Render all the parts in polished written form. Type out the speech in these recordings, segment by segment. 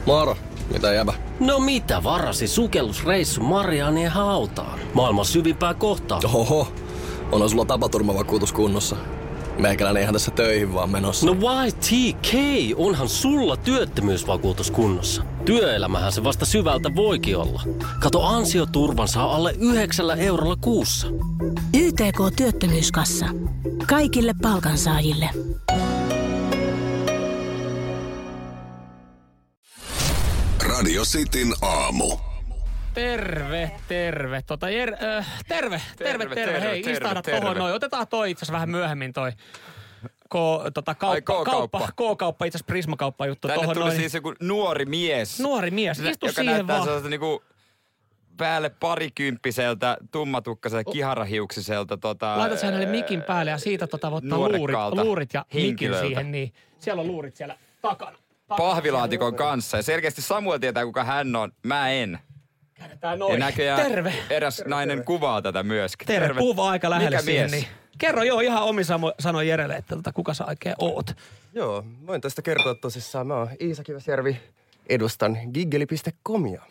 Moro, mitä jäbä? No mitä varasi sukellusreissu Marianien hautaan? Maailman syvimpää kohtaa. Oho, onhan sulla tapaturmavakuutus kunnossa. Meikäläinen ihan tässä töihin vaan menossa. No YTK, onhan sulla työttömyysvakuutus kunnossa. Työelämähän se vasta syvältä voikin olla. Kato, ansioturvan saa alle 9 eurolla kuussa. YTK Työttömyyskassa. Kaikille palkansaajille. Radio Cityn aamu. Terve. Hei, istahda tohon noin. Otetaan toi itse asiassa vähän myöhemmin toi K-kauppa, itse asiassa Prisma-kauppa juttu. Tänne tohon tuli noin. siis joku nuori mies. Istu joka siihen näyttää vaan. sellaista niinku päälle parikymppiseltä, tummatukkaiselta, kiharahiuksiselta. Laitat hänelle mikin päälle ja siitä ottaa luurit ja mikin siihen. Niin. Siellä on luurit siellä takana. Pahvilaatikon kanssa. Ja selkeästi Samuel tietää, kuka hän on. Mä en. Käännetään noin. Ja näköjään Terve. eräs nainen kuvaa tätä myöskin. Terve. Puuva aika lähelle Mikä siihen. mies? Niin. Kerro ihan omin sanoin Jerelle, että kuka sä oikein oot. Joo, voin tästä kertoa tosissaan. Mä oon Iisa Kiväsjärvi, edustan giggeli.comia.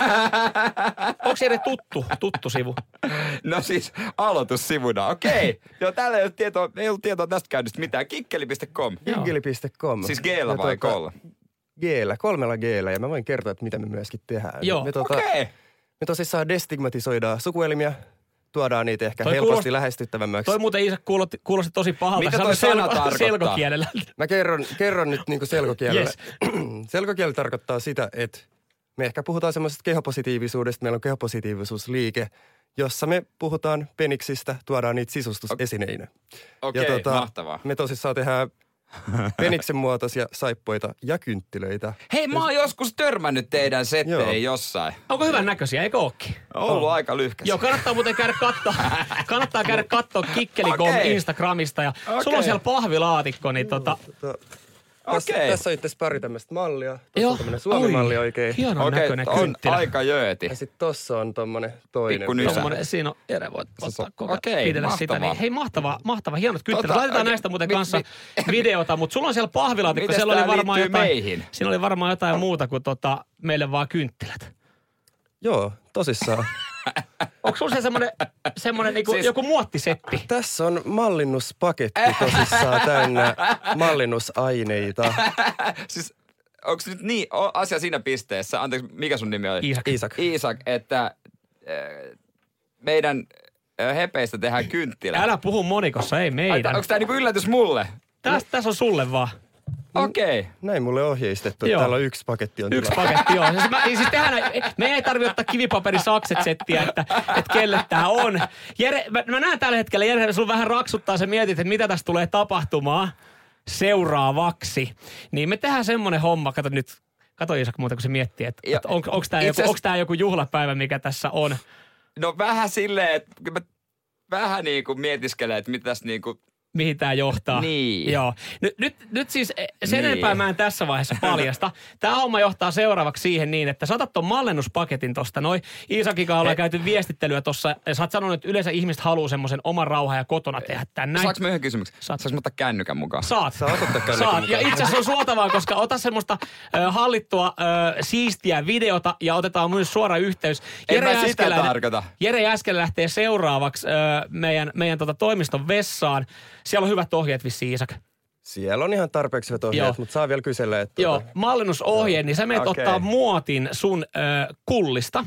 Onko Jere tuttu sivu? No siis aloitussivuna. Okei. Joo, täällä ei ollut tietoa tästä käynnistä mitään. Kikkeli.com. Giggeli.com. Siis G-llä vai kolla? G-llä, 3 G-llä. Ja mä voin kertoa, että mitä me myöskin tehdään. Joo. Me tosissaan destigmatisoidaan sukuelimiä. Tuodaan niitä ehkä Toi helposti lähestyttävämmäksi. Toi muuten Iisa kuulosti tosi pahalta. Mitä toi sana tarkoittaa? Selkokielellä. Mä kerron nyt niinku selkokielellä. Yes. Selkokieli tarkoittaa sitä, että me ehkä puhutaan semmoisesta kehopositiivisuudesta. Meillä on kehopositiivisuusliike, jossa me puhutaan peniksistä, tuodaan niitä sisustusesineitä. Okei, mahtavaa. Me tosissaan tehdään peniksen muotoisia saippoita ja kynttilöitä. Hei, mä oon joskus törmännyt teidän setteihin Joo. jossain. Onko hyvän näköisiä, eikö ookin? On ollut aika lyhkäs. Joo, kannattaa muuten käydä katsoa Kikkeli.com Instagramista. Ja sulla on siellä pahvilaatikko, niin Tässä on itse pari tämmöistä mallia. Tuossa Joo. on tämmöinen Suomi-malli oikein. Hienon näköinen on kynttilä. aika jööti. Ja sitten tossa on tommonen toinen. Pikku nysä. Tommonen, siinä on, Jere voit ottaa koko Okei, pitellä sitä. mahtavaa. Niin, hei, mahtava, hienot kynttilät. Laitetaan näistä muuten kanssa videota, mutta sulla on siellä pahvilaatikko. Mites Siellä oli tää varmaan liittyy jotain, meihin? siinä oli varmaan jotain muuta kuin meille vaan kynttilät. Joo, tosissaan. Onko sulla se semmonen niinku Siis- joku muottisetti? Tässä on mallinnuspaketti tosissaan täynnä mallinnusaineita. Siis onks nyt niin, asia siinä pisteessä, anteeksi, mikä sun nimi oli? Iisak. Että meidän hepeistä tehdään kynttilä. Älä puhu monikossa, ei meidän. Onko tää niinku yllätys mulle? Tässä on sulle vaan. Okei. Näin mulle ohjeistettu, Joo. että täällä on yksi paketti on Yksi tilaa. paketti, joo. Siis me ei tarvitse ottaa kivipaperisakset-settiä, että kelle tää on. Jere, mä näen tällä hetkellä, Jere, sulla vähän raksuttaa, sä mietit, että mitä tästä tulee tapahtumaan seuraavaksi. Niin me tehdään semmonen homma, kato Iisak muuten, kun se miettii, että onko tää joku juhlapäivä, mikä tässä on. No vähän silleen, että mä vähän niinku mietiskelen, että mitä tässä niinku... Mihin tää johtaa. Niin. Joo. Nyt siis sen Niin. enempää mä en tässä vaiheessa paljasta. Tää homma johtaa seuraavaksi siihen niin, että sä otat ton mallennuspaketin tosta noin. Iisakin kanssa ollaan käyty viestittelyä tossa. Sä oot sanonut, että yleensä ihmiset haluaa semmoisen oman rauhan ja kotona tehdä tän näin. Saanko mä yhden kysymyksen? Saanko mä ottaa kännykän mukaan? Saat. Saa ottaa kännykän Saat. mukaan. Ja itse asiassa on suotavaa, koska ota semmoista hallittua siistiä videota ja otetaan myös suora yhteys. En mä sitä tarkoita. Jere äsken lähtee seuraavaksi meidän toimiston vessaan. Siellä on hyvät ohjeet vissiin, Iisak. Siellä on ihan tarpeeksi hyvät ohjeet, Joo. mutta saa vielä kysellä, että... Joo, mallinnusohje, niin sä menet Okei. ottaa muotin sun kullista.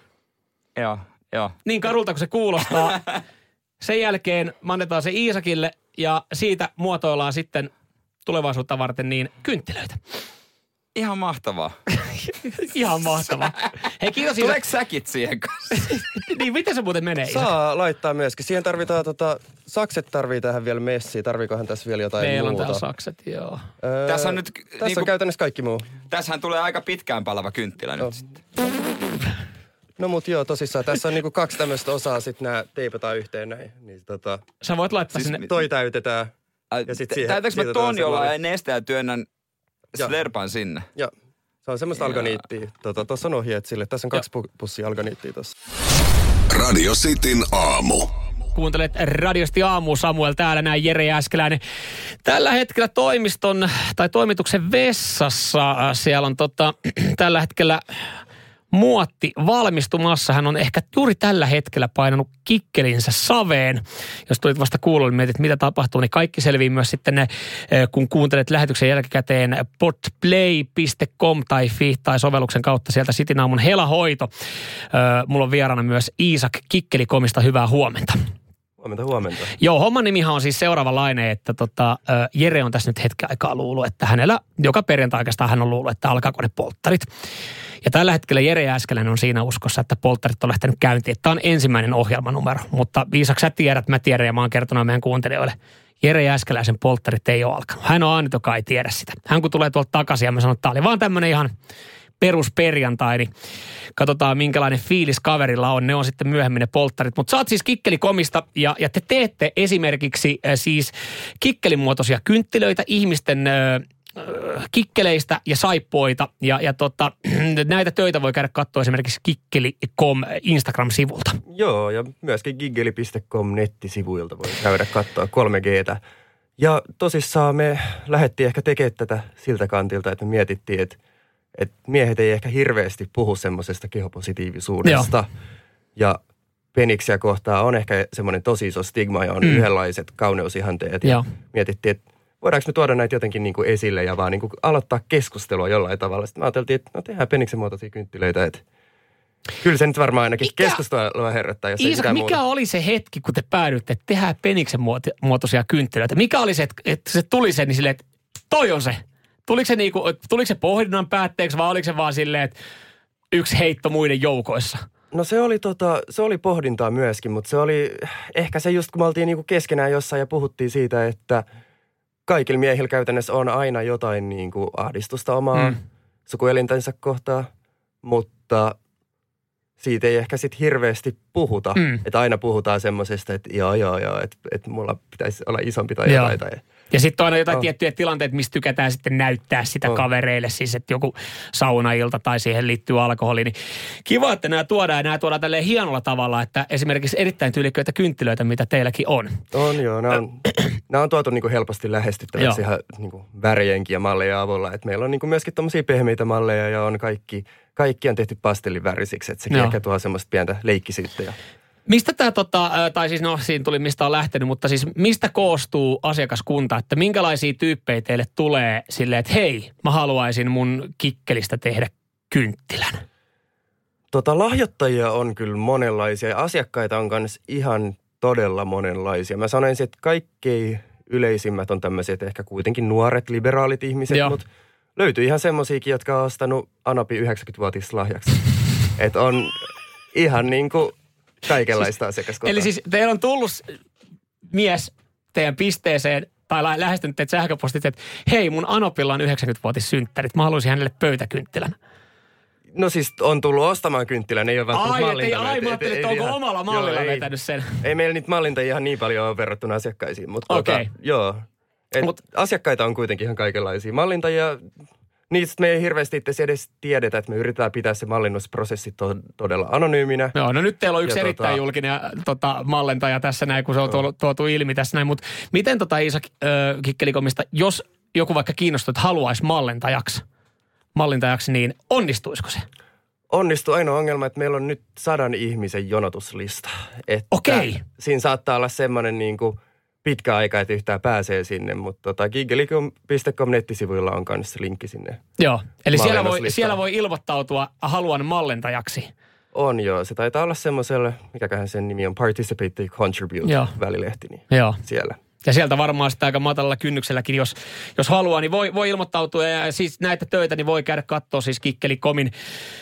Joo. Niin karulta kuin se kuulostaa. Sen jälkeen me annetaan se Iisakille ja siitä muotoillaan sitten tulevaisuutta varten niin kynttilöitä. Ihan mahtavaa. Ihan mahtavaa. Hei, kiitos Iisak. Tuleeko säkit siihen kanssa? Niin, miten se muuten menee, Iisak? Saa laittaa myöskin. Siihen tarvitaan sakset tarvii tähän vielä messiä. Tarviikohan tässä vielä jotain Meillä on muuta? täällä sakset, joo. Tässä on nyt... Tässä on käytännössä kaikki muu. Tässähän tulee aika pitkään palava kynttilä nyt sitten. No mut joo, tosissaan. Tässä on niinku 2 tämmöistä osaa, sit nää teipataan yhteen näin. Niin Sä voit laittaa Siis sinne... toi täytetään. Ja sit siihen... Täytätkö mä siitä ton tulee jollain sellainen- nesteä ja työnnän Joo. slerpan sinne? Joo. Se on semmoista alganiittia. Tuossa on ohjeet sille. Tässä on 2 pussia alganiittia tossa. Radio Cityn aamu. Kuuntelet radiosti aamu, Samuel täällä, näin Jere Jääskeläinen. Tällä hetkellä toimituksen vessassa siellä on tällä hetkellä Muotti valmistumassa. Hän on ehkä juuri tällä hetkellä painanut kikkelinsä saveen. Jos tulit vasta kuulolle, mietit mitä tapahtuu, niin kaikki selvii myös sitten, kun kuuntelet lähetyksen jälkikäteen podplay.com tai sovelluksen kautta sieltä Cityn aamun helahoito. Mulla on vieraana myös Iisak Kikkelikomista. Hyvää huomenta. Huomenta. Joo, homman nimihan on siis seuraavanlainen, että Jere on tässä nyt hetken aikaa luullut, että hänellä joka perjantai oikeastaan hän on luullut, että alkaako ne polttarit. Ja tällä hetkellä Jere Jääskeläinen on siinä uskossa, että polttarit on lähtenyt käyntiin. Tämä on ensimmäinen ohjelmanumero, mutta Iisak, sä tiedät, mä tiedän ja mä oon kertonut meidän kuuntelijoille. Jere Jääskeläisen polttarit ei ole alkanut. Hän on ainut, joka ei tiedä sitä. Hän kun tulee tuolta takaisin ja mä sanon, että tämä oli vaan tämmöinen ihan perusperjantai, niin katsotaan minkälainen fiilis kaverilla on. Ne on sitten myöhemmin ne polttarit. Mutta sä oot siis Kikkelikomista ja te teette esimerkiksi siis kikkelimuotoisia kynttilöitä ihmisten kikkeleistä ja saippuoita. Ja näitä töitä voi käydä katsoa esimerkiksi Kikkeli.com Instagram-sivulta. Joo, ja myöskin giggeli.com nettisivuilta voi käydä katsoa 3G:tä. Ja tosissaan me lähdettiin ehkä tekemään tätä siltä kantilta, että me mietittiin, että miehet ei ehkä hirveästi puhu semmoisesta kehopositiivisuudesta. Joo. Ja peniksiä kohtaa on ehkä semmoinen tosi iso stigma ja on yhdenlaiset kauneusihanteet. Ja mietittiin, että voidaanko me tuoda näitä jotenkin niin kuin esille ja vaan niin kuin aloittaa keskustelua jollain tavalla. Sitten me ajateltiin, että tehdään peniksen muotoisia kynttilöitä, että kyllä se nyt varmaan ainakin keskustelua herättää. Iisak, mikä oli se hetki, kun te päädyitte, että tehdään peniksen muotoisia kynttilöitä? Mikä oli se, että se tuli sen niin silleen, että toi on se? Tuliko se pohdinnan päätteeksi vai oliko se vaan silleen, että yksi heitto muiden joukoissa? No se oli pohdintaa myöskin, mutta se oli ehkä se just kun me oltiin niinku keskenään jossain ja puhuttiin siitä, että kaikilla miehillä käytännössä on aina jotain niinku ahdistusta omaa sukuelintänsä kohtaa, mutta siitä ei ehkä sitten hirveästi puhuta. Että aina puhutaan semmoisesta, että että mulla pitäisi olla isompi tai jotain. Ja sitten on aina jotain tiettyjä tilanteita, mistä tykätään sitten näyttää sitä kavereille. Siis että joku saunailta tai siihen liittyy alkoholi. Niin kiva, että nämä tuodaan tälleen hienolla tavalla, että esimerkiksi erittäin tyylikköitä kynttilöitä, mitä teilläkin on. On joo, nämä on tuotu niinku helposti lähestyttäväksi ihan niinku värienkin ja mallejen avulla. Et meillä on niinku myöskin tommosia pehmeitä malleja ja on kaikki on tehty pastellivärisiksi, että sekin ehkä tuo semmoista pientä leikkisyyttä. Mistä tämä, tai siis siinä tuli mistä on lähtenyt, mutta siis mistä koostuu asiakaskunta, että minkälaisia tyyppejä teille tulee silleen, että hei, mä haluaisin mun kikkelistä tehdä kynttilän? Lahjoittajia on kyllä monenlaisia ja asiakkaita on myös ihan todella monenlaisia. Mä sanoisin, että kaikkein yleisimmät on tämmöiset ehkä kuitenkin nuoret, liberaalit ihmiset, mutta löytyy ihan semmosiakin, jotka on ostanut Anopi 90-vuotislahjaksi. Että on ihan niinku kaikenlaista asiakaskuntaa. Eli siis teillä on tullut mies teidän pisteeseen tai lähestynyt teitä sähköpostit, että hei, mun Anopilla on 90-vuotissynttärit, mä haluaisin hänelle pöytäkynttilän. No siis on tullut ostamaan kynttilän, ei ole välttämättä mallintanut. Mä ajattelin, että onko omalla mallilla vetänyt sen. Ei meillä niitä mallinta ihan niin paljon verrattuna asiakkaisiin, mutta asiakkaita on kuitenkin ihan kaikenlaisia. Mallintajia, niistä me ei hirveästi itse edes tiedetä, että me yritetään pitää se mallinnusprosessi todella anonyyminä. Joo, no nyt teillä on yksi erittäin julkinen mallentaja tässä näin, kun se on tuotu ilmi tässä näin. Mutta miten Iisak Kikkelikomista, jos joku vaikka kiinnostuu, että haluaisi mallintajaksi, niin onnistuisiko se? Onnistuu. Ainoa ongelma, että meillä on nyt 100 ihmisen jonotuslista. Okei. Siinä saattaa olla semmoinen niin kuin pitkä aika, että yhtään pääsee sinne, mutta giggeli.com nettisivuilla on kanssa linkki sinne. Joo, eli siellä voi ilmoittautua, haluan mallentajaksi. On joo, se taitaa olla semmoiselle, mikäköhän sen nimi on, Participate to Contribute välilehti, niin siellä. Ja sieltä varmaan sitä aika matalalla kynnykselläkin, jos haluaa, niin voi ilmoittautua. Ja siis näitä töitä niin voi käydä katsoa siis Kikkeli.comin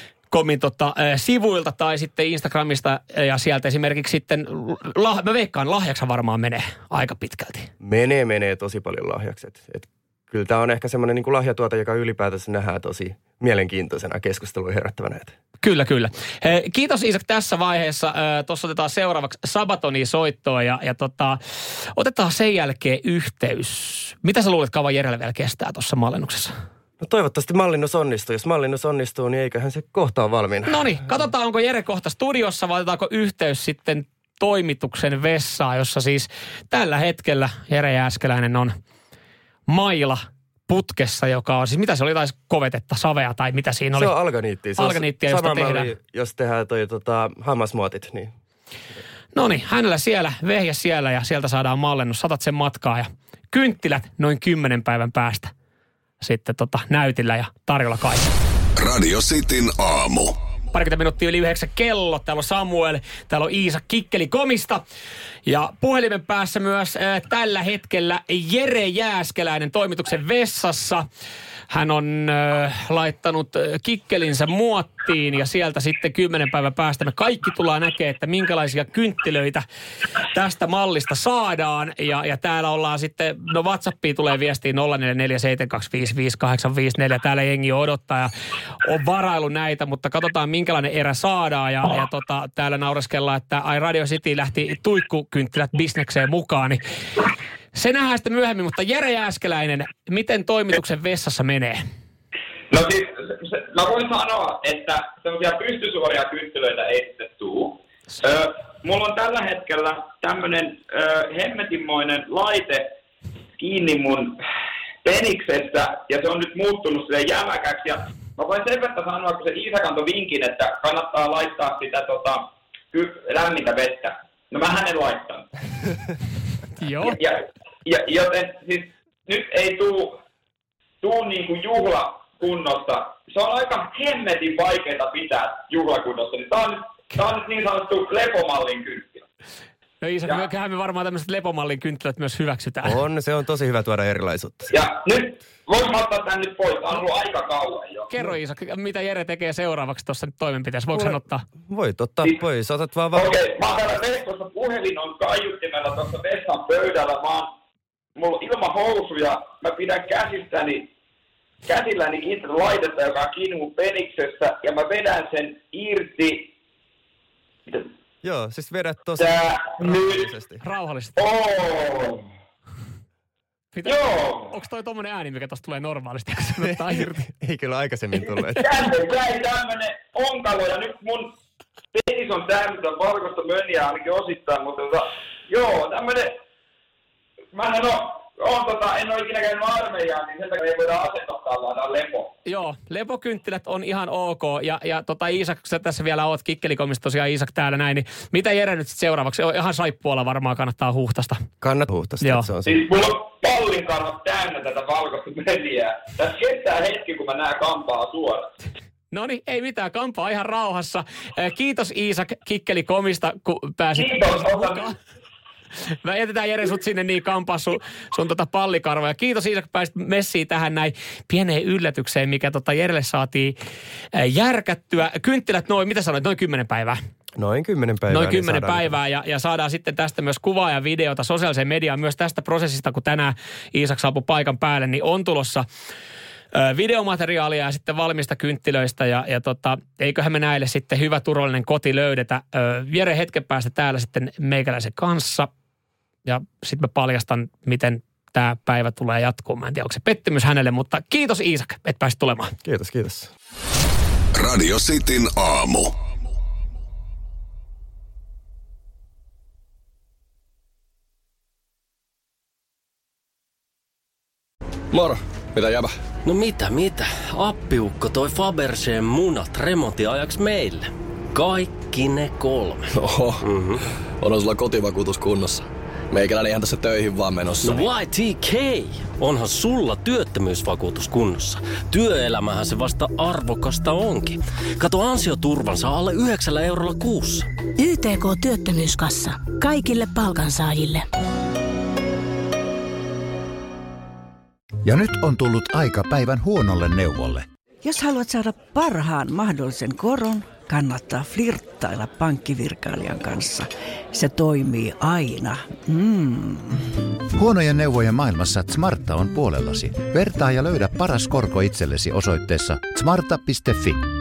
sivuilta tai sitten Instagramista. Ja sieltä esimerkiksi sitten, mä veikkaan, lahjaksa varmaan menee aika pitkälti. Menee tosi paljon lahjaksi. Kyllä tämä on ehkä semmoinen niin kuin lahjatuote, joka ylipäätänsä nähdään tosi mielenkiintoisena keskustelua herättävänä. Kyllä. Kiitos Iisak tässä vaiheessa. Tuossa otetaan seuraavaksi Sabatonia soittoa ja otetaan sen jälkeen yhteys. Mitä sä luulet, kauan Jerelle vielä kestää tuossa mallinnuksessa? No toivottavasti mallinnus onnistuu. Jos mallinnus onnistuu, niin eiköhän se kohta ole valmiina. No niin, katsotaan onko Jere kohta studiossa vai otetaanko yhteys sitten toimituksen vessaa, jossa siis tällä hetkellä Jere Jääskeläinen on maila putkessa, joka on siis, mitä se oli, taisi kovetetta, savea tai mitä siinä oli? Se on alganiittia. Alganiittia, josta tehdään. Jos tehdään hammasmuotit, niin... Noniin, hänellä siellä, vehjä siellä ja sieltä saadaan mallennus, saatat sen matkaa ja kynttilät noin 10 päivän päästä sitten näytillä ja tarjolla kaikille. Radio Cityn aamu. Parikymmentä minuuttia yli 9 kello. Täällä on Samuel, täällä on Iisak Kikkeli Komista. Ja puhelimen päässä myös tällä hetkellä Jere Jääskeläinen toimituksen vessassa. Hän on laittanut kikkelinsä muottiin ja sieltä sitten 10 päivän päästä me kaikki tullaan näkemään, että minkälaisia kynttilöitä tästä mallista saadaan. Ja täällä ollaan sitten, no WhatsAppiin tulee viestiin 0447255854. Täällä jengi odottaa ja on varailu näitä, mutta katsotaan minkälainen erä saadaan. Ja täällä naureskellaan, että Radio City lähti tuikkukynttilät bisnekseen mukaan, niin se nähdään sitten myöhemmin, mutta Jere Jääskeläinen, miten toimituksen vessassa menee? No siis, mä voin sanoa, että semmoisia pystysuoria kynttilöitä ei sitten tuu. Mulla on tällä hetkellä tämmönen hemmetinmoinen laite kiinni mun peniksessä, ja se on nyt muuttunut silleen jämäkäksi. Ja mä voin sen verran sanoa, kun se Iisak antoi vinkin, että kannattaa laittaa sitä lämmintä vettä. No mä hänen laittanut. Joo. Joten siis nyt ei tuu niinku juhlakunnossa. Se on aika hemmetin vaikeaa pitää juhlakunnossa. Niin tää on nyt niin sanottu lepomallin kynttilä. No Iisak, kyllähän me varmaan tämmöiset lepomallin kynttilät myös hyväksytään. Se on tosi hyvä tuoda erilaisuutta. Ja nyt, voin ottaa tän nyt pois. Tää on ollut aika kauan jo. Kerro Iisak, mitä Jere tekee seuraavaksi tuossa toimenpiteessä? Voiko hän ottaa? Voit ottaa pois, otat vaan Okei, mä oon täällä verkossa, puhelin on kaiuttimella tuossa vessan pöydällä. Mulla on ilman housuja, mä pidän käsilläni kiinni laitetta, joka on kiinni mun peniksessä, ja mä vedän sen irti. Joo, siis vedät tosi rauhallisesti. Rauhallisesti. Joo. Onko toi tommonen ääni, mikä tosta tulee normaalisti, kun se ottaa irti? Ei kyllä aikaisemmin tulleet. Tänne jäi tämmönen onkalo, ja nyt mun penis on tämmöistä valkoista mönjää ainakin osittain, mutta joo, tämmönen... En ole ikinä käynyt armeijaan, niin sen takia ei voida asettaa vaan lepo. Joo, lepokynttilät on ihan ok. Ja Iisak, kun sä tässä vielä oot Kikkelikomista tosiaan Iisak täällä näin, niin mitä Jere nyt sitten seuraavaksi? Ihan saippualla varmaan kannattaa huuhtasta. Kannattaa huuhtasta, se on se. Siis mulla on pallinkarvat täynnä tätä valkoista mönjää. Tässä kestää hetki, kun mä näen kampaa suoraan. Noniin, ei mitään, kampaa ihan rauhassa. Kiitos Iisak Kikkelikomista, kun pääsit mukaan. Mä jätetään Jere sut sinne niin kampaa sun pallikarvoja. Kiitos Iisak, pääsit messiin tähän näin pieneen yllätykseen, mikä Jerelle saatiin järkättyä. Kynttilät noin, mitä sanoit, noin 10 päivää? Noin 10 päivää. Noin 10 päivää ja saadaan sitten tästä myös kuvaa ja videota sosiaaliseen mediaan myös tästä prosessista, kun tänään Iisak saapui paikan päälle, niin on tulossa videomateriaalia ja sitten valmista kynttilöistä ja eiköhän me näille sitten hyvä turvallinen koti löydetä. Jere hetken päästä täällä sitten meikäläisen kanssa ja sitten mä paljastan, miten tämä päivä tulee jatkumaan. Mä en tiedä, onko se pettymys hänelle, mutta kiitos Iisak, että pääsit tulemaan. Kiitos. Radio Cityn aamu. Moro, mitä jäbä? No mitä? Appiukko toi Faberseen munat remontiajaksi meille. Kaikki ne 3. Oho, onhan sulla kotivakuutus kunnossa. Meikäläni ihan tässä töihin vaan menossa. No YTK, onhan sulla työttömyysvakuutus kunnossa. Työelämähän se vasta arvokasta onkin. Kato ansioturvansa alle 9 eurolla kuussa. YTK Työttömyyskassa. Kaikille palkansaajille. Ja nyt on tullut aika päivän huonolle neuvolle. Jos haluat saada parhaan mahdollisen koron, kannattaa flirttailla pankkivirkailijan kanssa. Se toimii aina. Huonojen neuvojen maailmassa Smarta on puolellasi. Vertaa ja löydä paras korko itsellesi osoitteessa smarta.fi.